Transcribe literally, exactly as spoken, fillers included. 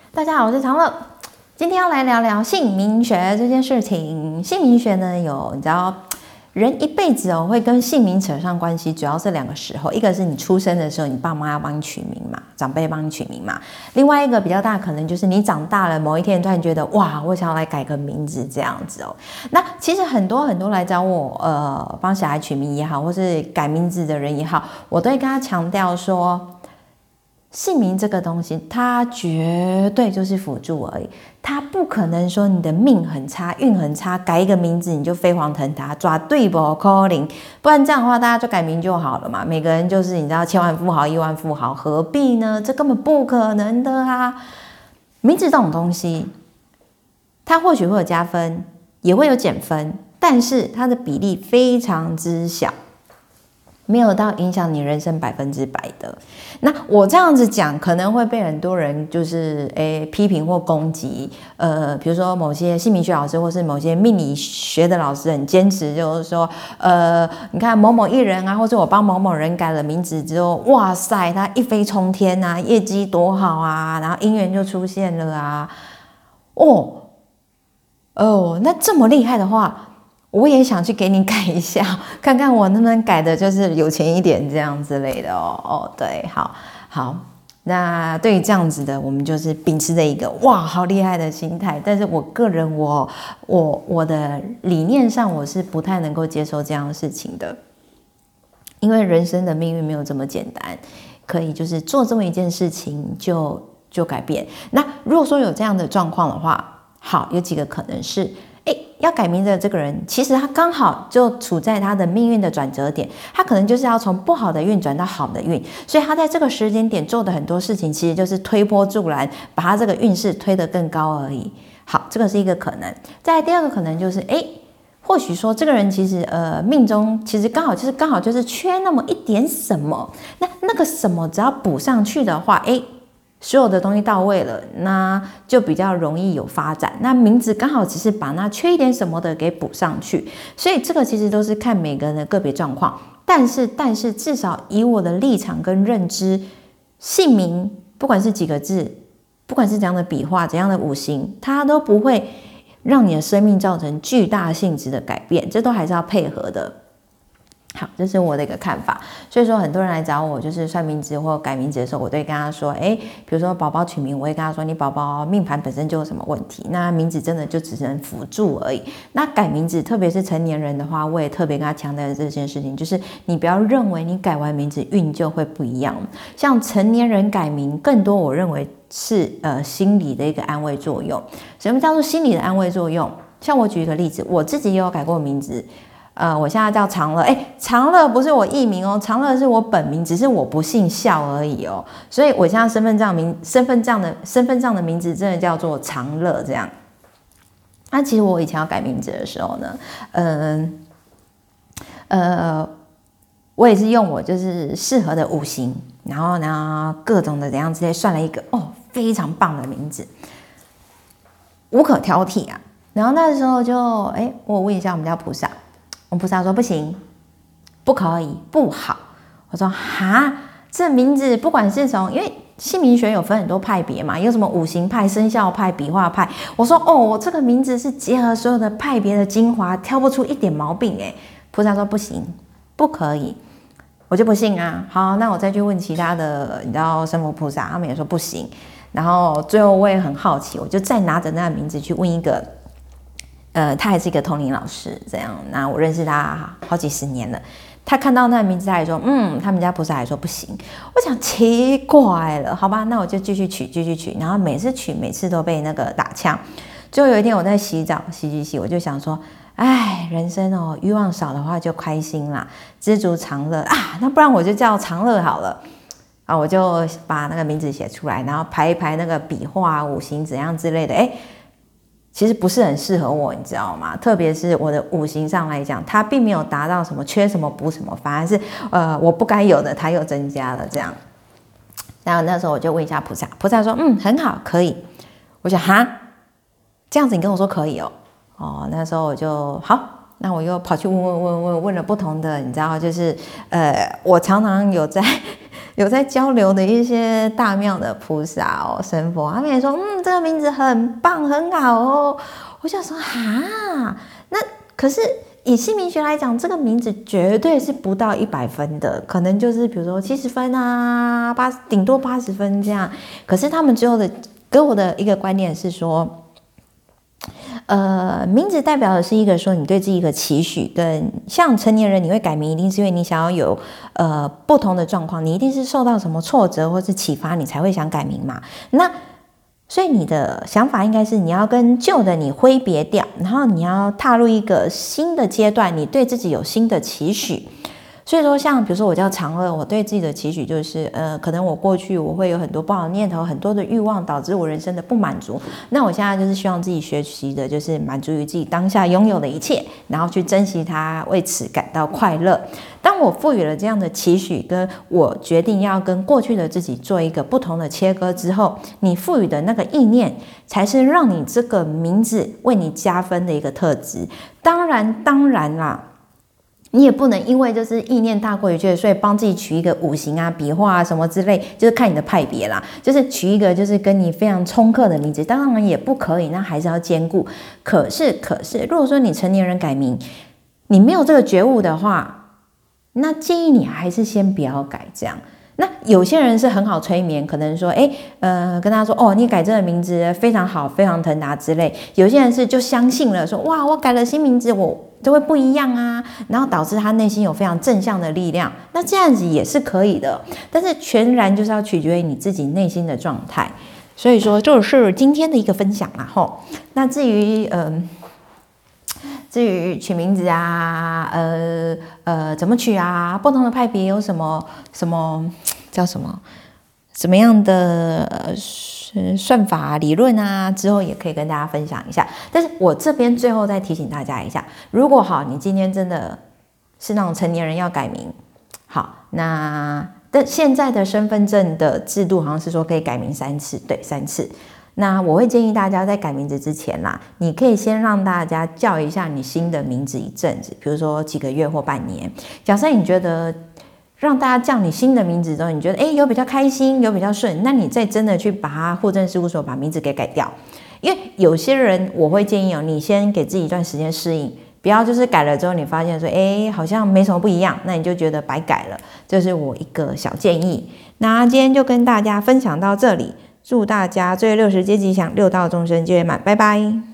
大家好，我是长乐，今天要来聊聊姓名学这件事情。姓名学呢，有你知道，人一辈子哦会跟姓名扯上关系，主要是两个时候，一个是你出生的时候，你爸妈要帮你取名嘛，长辈帮你取名嘛；另外一个比较大可能就是你长大了，某一天突然觉得哇，我想要来改个名字这样子哦。那其实很多很多来找我，呃，帮小孩取名也好，或是改名字的人也好，我都会跟他强调说。姓名这个东西，它绝对就是辅助而已，它不可能说你的命很差、运很差，改一个名字你就飞黄腾达，抓对不可能，不然这样的话大家就改名就好了嘛。每个人就是你知道千万富豪、亿万富豪，何必呢？这根本不可能的啊！名字这种东西，它或许会有加分，也会有减分，但是它的比例非常之小。没有到影响你人生百分之百的。那我这样子讲，可能会被很多人就是诶批评或攻击。呃，比如说某些姓名学老师，或是某些命理学的老师很坚持，就是说，呃，你看某某艺人啊，或者我帮某某人改了名字之后，哇塞，他一飞冲天啊，业绩多好啊，然后姻缘就出现了啊。哦哦，那这么厉害的话。我也想去给你改一下，看看我能不能改的就是有钱一点这样之类的哦。哦，对，好，好，那对于这样子的，我们就是秉持着一个哇，好厉害的心态。但是我个人我，我我我的理念上，我是不太能够接受这样的事情的，因为人生的命运没有这么简单，可以就是做这么一件事情就就改变。那如果说有这样的状况的话，好，有几个可能是。要改名字的这个人，其实他刚好就处在他的命运的转折点，他可能就是要从不好的运转到好的运，所以他在这个时间点做的很多事情，其实就是推波助澜，把他这个运势推得更高而已。好，这个是一个可能。再来第二个可能就是，哎，或许说这个人其实呃命中其实刚好就是刚好就是缺那么一点什么，那那个什么只要补上去的话，哎。所有的东西到位了，那就比较容易有发展。那名字刚好只是把那缺一点什么的给补上去，所以这个其实都是看每个人的个别状况。但是，但是至少以我的立场跟认知，姓名不管是几个字，不管是怎样的笔画、怎样的五行，它都不会让你的生命造成巨大性质的改变，这都还是要配合的。好，这是我的一个看法。所以说，很多人来找我，就是算名字或改名字的时候，我都会跟他说：，哎，比如说宝宝取名，我会跟他说，你宝宝命盘本身就有什么问题，那名字真的就只能辅助而已。那改名字，特别是成年人的话，我也特别跟他强调这件事情，就是你不要认为你改完名字运就会不一样。像成年人改名，更多我认为是呃心理的一个安慰作用。什么叫做心理的安慰作用？像我举一个例子，我自己也有改过名字。呃，我现在叫长乐，哎，长乐不是我艺名哦，长乐是我本名，只是我不姓孝而已哦，所以我现在身份证名、身份证的身份证的名字真的叫做长乐这样。那、啊、其实我以前要改名字的时候呢，嗯 呃, 呃，我也是用我就是适合的五行，然后呢各种的怎样之类算了一个哦非常棒的名字，无可挑剔啊。然后那时候就哎，我问一下我们家菩萨。我菩萨说不行，不可以，不好。我说哈，这名字不管是从，因为姓名学有分很多派别嘛，有什么五行派、生肖派、笔画派。我说哦，我这个名字是结合所有的派别的精华，挑不出一点毛病哎。菩萨说不行，不可以，我就不信啊。好，那我再去问其他的，你知道神佛菩萨，他们也说不行。然后最后我也很好奇，我就再拿着那个名字去问一个。呃，他还是一个通灵老师，这样，那我认识他好几十年了。他看到那个名字，他还说，嗯，他们家菩萨还说不行。我想奇怪了，好吧，那我就继续取，继续取，然后每次取，每次都被那个打枪。最后有一天我在洗澡，洗洗洗，我就想说，哎，人生哦，欲望少的话就开心啦，知足常乐啊，那不然我就叫常乐好了。啊，我就把那个名字写出来，然后排一排那个笔画、五行怎样之类的，哎。其实不是很适合我，你知道吗？特别是我的五行上来讲，它并没有达到什么缺什么补什么，反而是呃我不该有的，它又增加了这样。然后那时候我就问一下菩萨，菩萨说嗯很好，可以。我想哈，这样子你跟我说可以哦，哦那时候我就好，那我又跑去问问问问问了不同的，你知道就是呃我常常有在有在交流的一些大庙的菩萨哦、神佛，他们也说，嗯，这个名字很棒，很好哦。我想说，哈，那可是以姓名学来讲，这个名字绝对是不到一百分的，可能就是比如说七十分啊，八顶多八十分这样。可是他们最后的给我的一个观念是说，呃，名字代表的是一个说你对自己一个期许，跟像成年人你会改名，一定是因为你想要有呃不同的状况，你一定是受到什么挫折或是启发，你才会想改名嘛。那所以你的想法应该是你要跟旧的你挥别掉，然后你要踏入一个新的阶段，你对自己有新的期许。所以说像比如说我叫长乐，我对自己的期许就是呃，可能我过去我会有很多不好的念头，很多的欲望，导致我人生的不满足。那我现在就是希望自己学习的就是满足于自己当下拥有的一切，然后去珍惜它，为此感到快乐。当我赋予了这样的期许，跟我决定要跟过去的自己做一个不同的切割之后，你赋予的那个意念才是让你这个名字为你加分的一个特质。当然当然啦，你也不能因为就是意念大过于确，所以帮自己取一个五行啊、笔画啊什么之类，就是看你的派别啦，就是取一个就是跟你非常冲克的名字，当然也不可以，那还是要兼顾。可是可是，如果说你成年人改名，你没有这个觉悟的话，那建议你还是先不要改这样。那有些人是很好催眠，可能说，哎，呃，跟他说，哦，你改这个名字非常好，非常腾达之类。有些人是就相信了，说，哇，我改了新名字，我就会不一样啊，然后导致他内心有非常正向的力量。那这样子也是可以的，但是全然就是要取决于你自己内心的状态。所以说，就是今天的一个分享啦，吼。那至于，嗯、呃。至于取名字啊，呃呃，怎么取啊？不同的派别有什么什么叫什么什么样的呃算法理论啊？之后也可以跟大家分享一下。但是我这边最后再提醒大家一下，如果好，你今天真的是那种成年人要改名，好，那但现在的身份证的制度好像是说可以改名三次，对，三次。那我会建议大家在改名字之前啦，你可以先让大家叫一下你新的名字一阵子，比如说几个月或半年。假设你觉得让大家叫你新的名字之后，你觉得诶有比较开心，有比较顺，那你再真的去把它户政事务所把名字给改掉。因为有些人我会建议哦，你先给自己一段时间适应，不要就是改了之后你发现说诶好像没什么不一样，那你就觉得白改了。这是我一个小建议。那今天就跟大家分享到这里。祝大家岁月六十皆吉祥，六道众生皆圆满，拜拜。